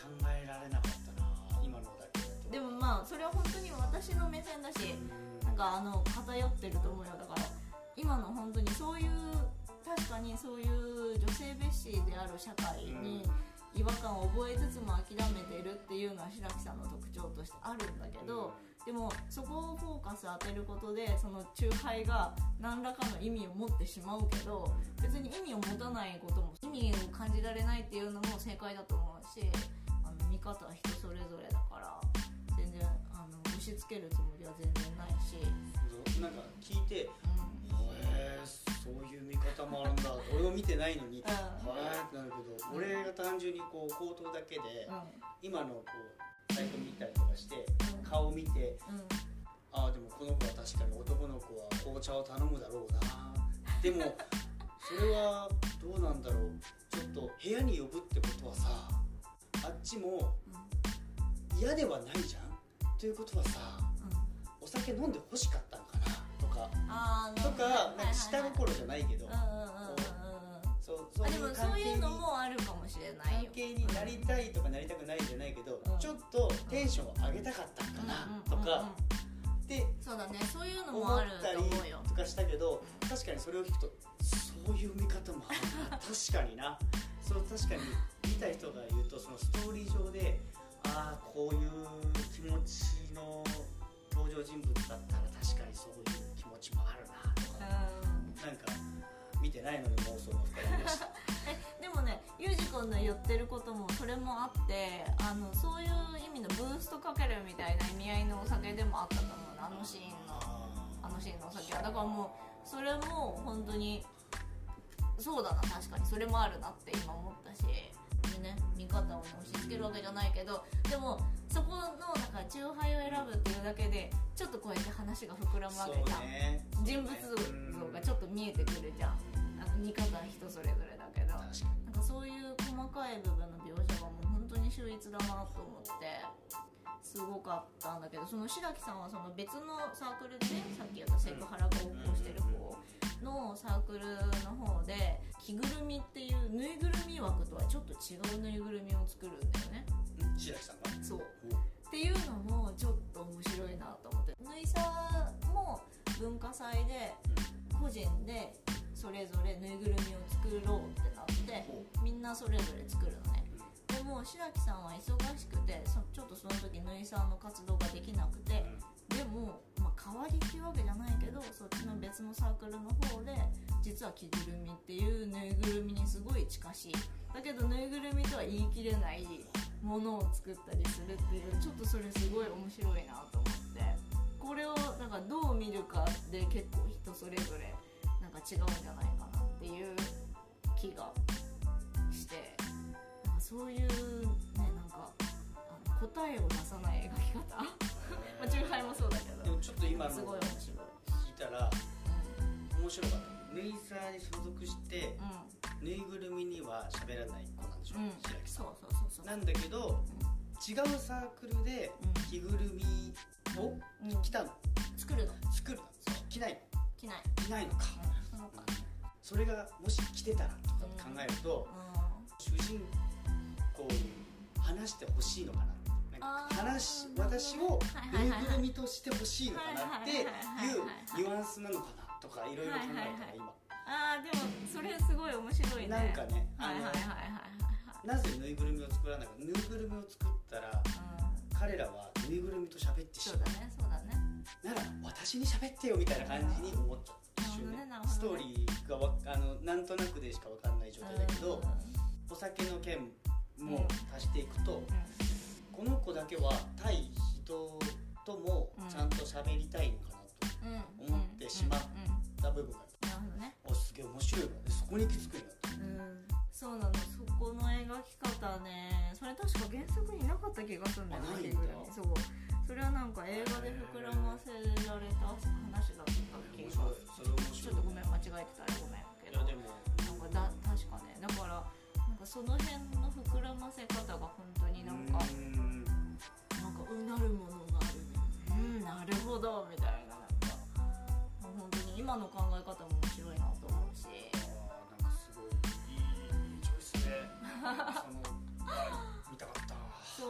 られなかったな今のだけだと。 でもまあそれは本当に私の目線だし、なんかあの偏ってると思うよ。だから今の本当にそういう確かにそういう女性蔑視である社会に違和感を覚えつつも諦めてるっていうのは白木さんの特徴としてあるんだけど、でもそこをフォーカス当てることでその酎ハイが何らかの意味を持ってしまうけど、別に意味を持たないことも意味を感じられないっていうのも正解だと思うし、あの見方は人それぞれだから全然あの押し付けるつもりは全然ないし、 なんか聞いて、うん、へえそういう見方もあるんだ俺も見てないのに、うん、へえってなるけど、うん、俺が単純にこう口頭だけで、うん、今のこうサイト見たりとかして、うん、顔見て、うん、ああでもこの子は確かに男の子は紅茶を頼むだろうな、でもそれはどうなんだろう、ちょっと部屋に呼ぶってことはさあっちも嫌ではないじゃんということはさ、うん、お酒飲んで欲しかったのかなとかあとか、なんか下心じゃないけど、 でもそういうのもあるかもしれないよ。 関係になりたいとかなりたくないじゃないけど、うん、ちょっとテンションを上げたかったかなとかでそうだね、そういうのもあると思うよとかしたけど、うん、確かにそれを聞くとそういう見方もあるな確かになそう確かに見た人が言うとそのストーリー上でああこういう気持ちの登場人物だったら確かにそういう気持ちもあるなとか、うん、なんか見てないのに妄想が膨らみましたえでもね、ユージ君の言ってることもそれもあって、あのそういう意味のブーストかけるみたいな意味合いのお酒でもあったと思うの、あのシーンのあのシーンのお酒は。だからもうそれも本当にそうだな、確かにそれもあるなって今思ったし、でね、見方を、ね、押し付けるわけじゃないけど、でもそこのなんか酎ハイを選ぶっていうだけでちょっとこうやって話が膨らむわけじゃん、ね、人物像がちょっと見えてくるじゃん。あの見方は人それぞれだけど、なんかそういう細かい部分の描写がもう本当に秀逸だなと思ってすごかったんだけど、その白木さんはその別のサークルで、ね、さっき言ったセクハラが横行してる方のサークルの方で着ぐるみっていうぬいぐるみ枠とはちょっと違うぬいぐるみを作るんだよね、 白木さんが。 そうっていうのもちょっと面白いなと思って、ぬいさも文化祭で個人でそれぞれぬいぐるみを作ろうってなってみんなそれぞれ作るのね。でも白木さんは忙しくてそちょっとその時ぬいさんの活動ができなくて、でも、まあ、代わりっていうわけじゃないけどそっちの別のサークルの方で実は着ぐるみっていうぬいぐるみにすごい近しい、だけどぬいぐるみとは言い切れないものを作ったりするっていう、ちょっとそれすごい面白いなと思って、これをなんかどう見るかで結構人それぞれなんか違うんじゃないかなっていう気がして、なんかそういうね、なんかあの答えを出さない描き方まあ酎ハイもそうだけど、 でもちょっと今のすごい面白い聞いたら、うん、面白かった。ぬいさーに所属して、うん、ぬいぐるみには喋らない子なんでしょ、うん、白木さん。 そうそうそうそう。 なんだけど、うん、違うサークルで着ぐるみを着たの、 うん、作るの作るの着ないの着ない着ないのか、うん、それがもし着てたらとか考えると、うん、主人公に話してほしいのかな、なんか話私をぬいぐるみとしてほしいのかなっていうニュアンスなのかなとかいろいろ考えたら今、 あーでもそれすごい面白いね。 なんかね、あのなぜぬいぐるみを作らないか、ぬいぐるみを作ったら、うん、彼らはぬいぐるみと喋ってしまう。 そうだね、そうだね。 なら私に喋ってよみたいな感じに思った。一瞬ね、ストーリーがわあのなんとなくでしか分かんない状態だけど、お酒の件も足していくと、うん、この子だけは対人ともちゃんと喋りたいのかなと思ってしまった部分がある。 なるほどね。 おすげえ面白いわね。そこに行き着くんだって。 うん、そうなの。そこの描き方ね、それ確か原作になかった気がするんだよね。そう。それはなんか映画で膨らませられた話だった気がする。ちょっとごめん、間違えてたらごめんけど。いやでもなんかだ確かね。だからなんかその辺の膨らませ方が本当になんかうんなんかうなるものがある。うん、なるほどみたいな、なんか本当に今の考え方も面白いなと思うし、 あなんかすごいいいチョイスでその見たかった。 そう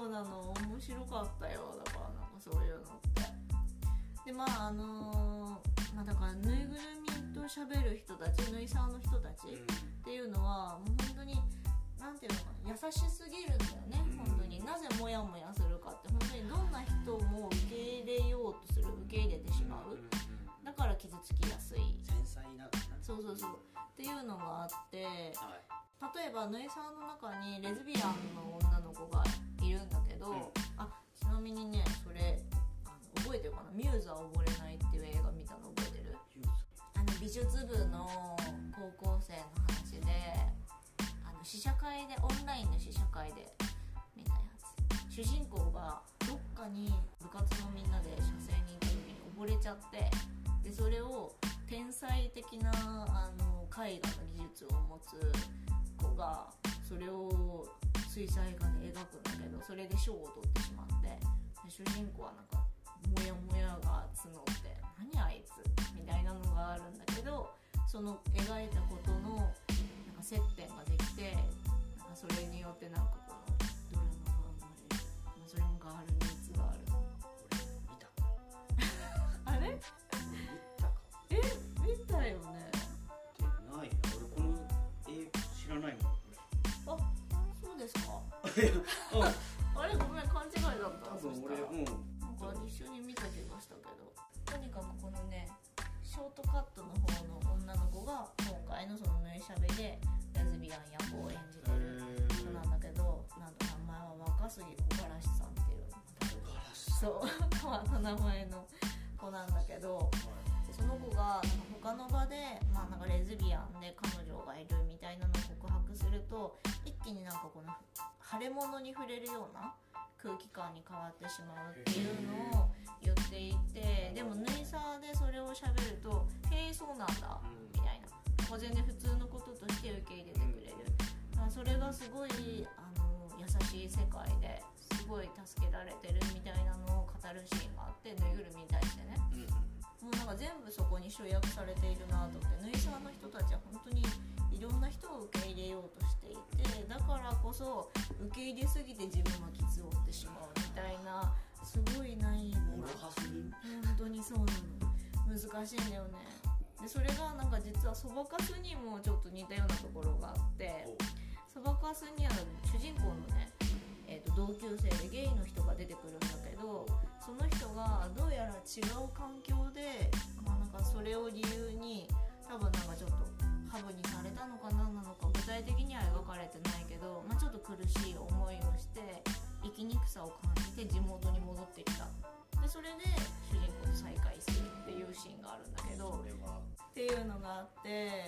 そうなの、面白かったよ。だからなんかそういうのってで、まああのー、まあだからぬいぐるみと喋る人たち、ぬいさんの人たちっていうのはもう本当になんていうのかな、優しすぎるんだよね、うん、本当に。なぜモヤモヤするかって、本当にどんな人も受け入れようとする、受け入れてしまう、うん、だから傷つきやすい、 繊細な、 そうそうそうっていうのがあって、はい、例えばぬいさんの中にレズビアンの女の子がいるんだけど、うん、あ、ちなみにね、それあの覚えてるかな、ミューズは溺れないっていう映画見たの覚えてる？あの美術部の高校生の話で、あの試写会で、オンラインの試写会で見たやつ、主人公がどっかに部活のみんなで写生に行った時に溺れちゃって、でそれを天才的なあの絵画の技術を持つ子がそれを水彩画で描くんだけど、それで賞を取ってしまって、で主人公はなんかモヤモヤが募って、何あいつみたいなのがあるんだけど、その描いたことのなんか接点ができて、なんかそれによってなんかこのドラマが生まれる、まあ、それもガールニーズがある。 俺見たあれ見たかえ見たよね。 でないな、俺この絵知らないもん。 あ、そうですかうんあれごめん、勘違いだった。 多分俺、うん、 なんか一緒に見た気がしたけど、とにかくこのね、ショートカットの方の女の子が今回のそのぬいしゃべでレズビアン役を演じてる子なんだけど、なんと名前は若杉小柄さんっていう、そう変わった名前の子なんだけど、その子がなんか他の場で、まあ、なんかレズビアンで彼女がいるみたいなのを告白すると、一気になんかこの腫れ物に触れるような空気感に変わってしまうっていうのを言っていて、でもぬいさでそれを喋ると、へえそうなんだみたいな、全然普通のこととして受け入れてくれる。だからそれがすごいあの優しい世界ですごい助けられてるみたいなのを語るシーンがあって、ぬいぐるみに対してね、もうなんか全部そこに集約されているなと思って、ぬいさんの人たちは本当にいろんな人を受け入れようとしていて、だからこそ受け入れすぎて自分は傷を負ってしまうみたいな、すごいナイーブな、本当にそうなの、難しいんだよね。でそれがなんか実はそばかすにもちょっと似たようなところがあって、そばかすには主人公のね、えーと同級生でゲイの人が出てくるんだけど、その人がどうやら違う環境で、まあ、なんかそれを理由に多分なんかちょっとハブにされたのか何なのか具体的には描かれてないけど、まあ、ちょっと苦しい思いをして生きにくさを感じて地元に戻ってきた。でそれで主人公と再会するっていうシーンがあるんだけど、っていうのがあって、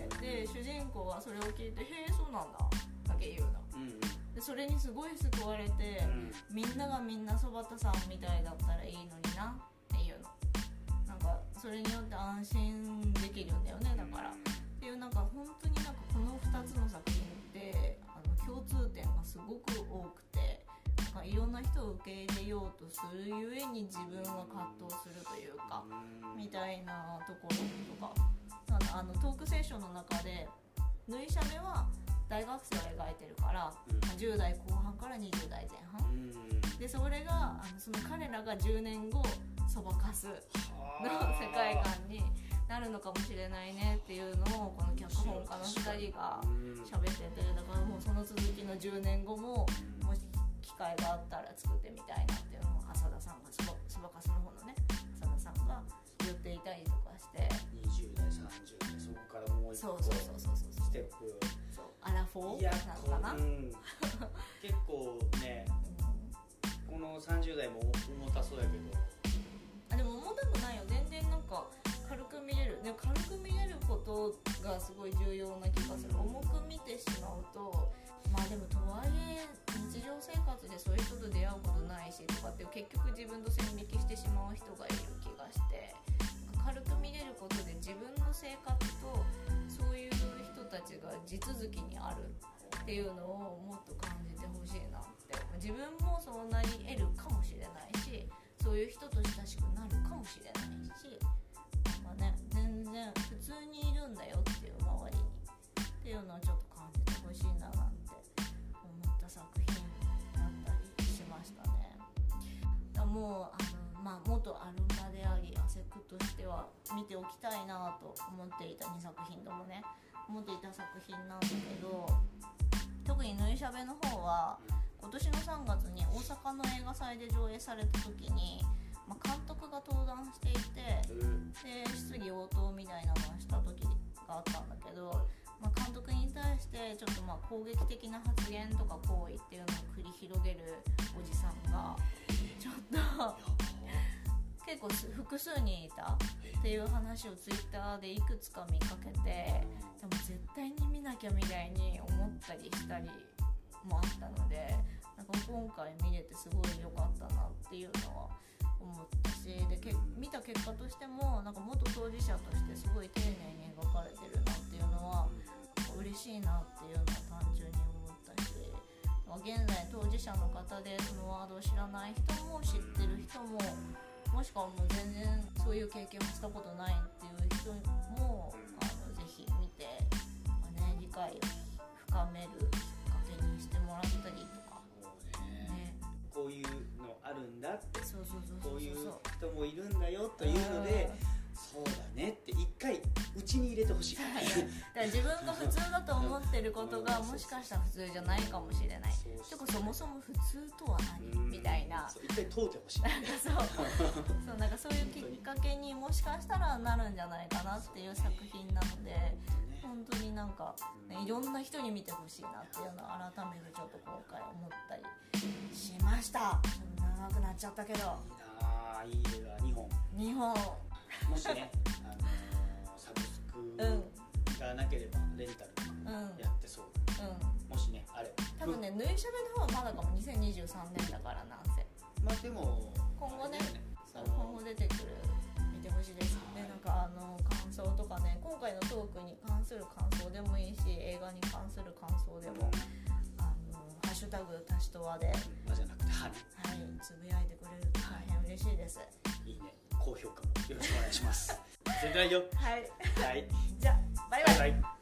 で主人公はそれを聞いて、へえそうなんだだけ言うの、うん、でそれにすごい救われて、うん、みんながみんなそばたさんみたいだったらいいのになっていうの、なんかそれによって安心できるんだよね。だからっていう、なんか本当になんかこのふたつの作品ってあの共通点がすごく多くて、なんかいろんな人を受け入れようとするゆえに自分が葛藤するというかみたいなところとか、あのトークセッションの中でぬいしゃべは大学生を描いてるから、うん、じゅう代後半からにじゅう代前半、うん、でそれがあのその彼らがじゅうねんごそばかすの世界観になるのかもしれないねっていうのをこの脚本家のふたりが喋ってて、だからもうその続きのじゅうねんごももし機会があったら作ってみたいなっていうのを浅田さんがそば、そばかすの方のね浅田さんが言っていたりとかして、 にじゅう代さんじゅう代そこからもう一個そうそうそうそうそうステップ、 そうアラフォーなのかな、うん、 結構ね、うん、このさんじゅう代も重たそうやけど、 あでも重たくないよ、全然なんか軽く見れる。でも軽く見れることがすごい重要な気がする。重く見てしまうと、まあでもとはいえ日常生活でそういう人と出会うことないしとかって結局自分と線引きしてしまう人がいる気がして、軽く見れることで自分の生活とそういう人たちが地続きにあるっていうのをもっと感じてほしいなって。自分もそうなり得るかもしれないし、そういう人と親しくなるかもしれないし、まあね、全然普通にいるんだよっていう周りにっていうのをちょっと感じてほしいななんて思った作品だったりしましたね。 としては見ておきたいなと思っていたにさく品ともね思っていた作品なんだけど、特に縫いしゃべの方は今年のさんがつに大阪の映画祭で上映された時に、まあ、監督が登壇していて、で質疑応答みたいなのをした時があったんだけど、まあ、監督に対してちょっとまあ攻撃的な発言とか行為っていうのを繰り広げるおじさんがちょっと結構複数人いたっていう話をツイッターでいくつか見かけて、でも絶対に見なきゃみたいに思ったりしたりもあったので、なんか今回見れてすごい良かったなっていうのは思ったし、でけ見た結果としてもなんか元当事者としてすごい丁寧に描かれてるなっていうのは嬉しいなっていうのは単純に思ったし、現在当事者の方でそのワードを知らない人も知ってる人も、もしくはもう全然そういう経験をしたことないっていう人もあのぜひ見て、まあね、理解を深めるきっかけにしてもらったりとか、ね、 こういうのあるんだって、 そうそうそうそうそう、 こういう人もいるんだよというので、そうだねって一回うちに入れてほしい。 だから自分が普通だと思ってることがもしかしたら普通じゃないかもしれない。てかそもそも普通とは何みたいな。 そう一回問うてほしい。 なんかそうそうなんかそういうきっかけにもしかしたらなるんじゃないかなっていう作品なので、本当になんか、ね、いろんな人に見てほしいなっていうのを改めてちょっと今回思ったりしました。ちょっと長くなっちゃったけど。 いいな、いい映画にほん。 にほん。 もしね、あのー、サブスクがなければレンタルとかやってそう、うん、もしねあれば多分ね、縫いしゃべの方はまだかも。にせんにじゅうさんねんだからなんせ。 まあでも今後ね、今後出てくる見てほしいです。でなんかあの感想とかね、今回のトークに関する感想でもいいし、映画に関する感想でも、あのハッシュタグたしとわで、 まじゃなくてはね、 はい、つぶやいてくれると大変嬉しいです。 いいね、高評価もよろしくお願いします。絶対よ。 はい。 はい。 じゃあバイバイ。 バイバイ。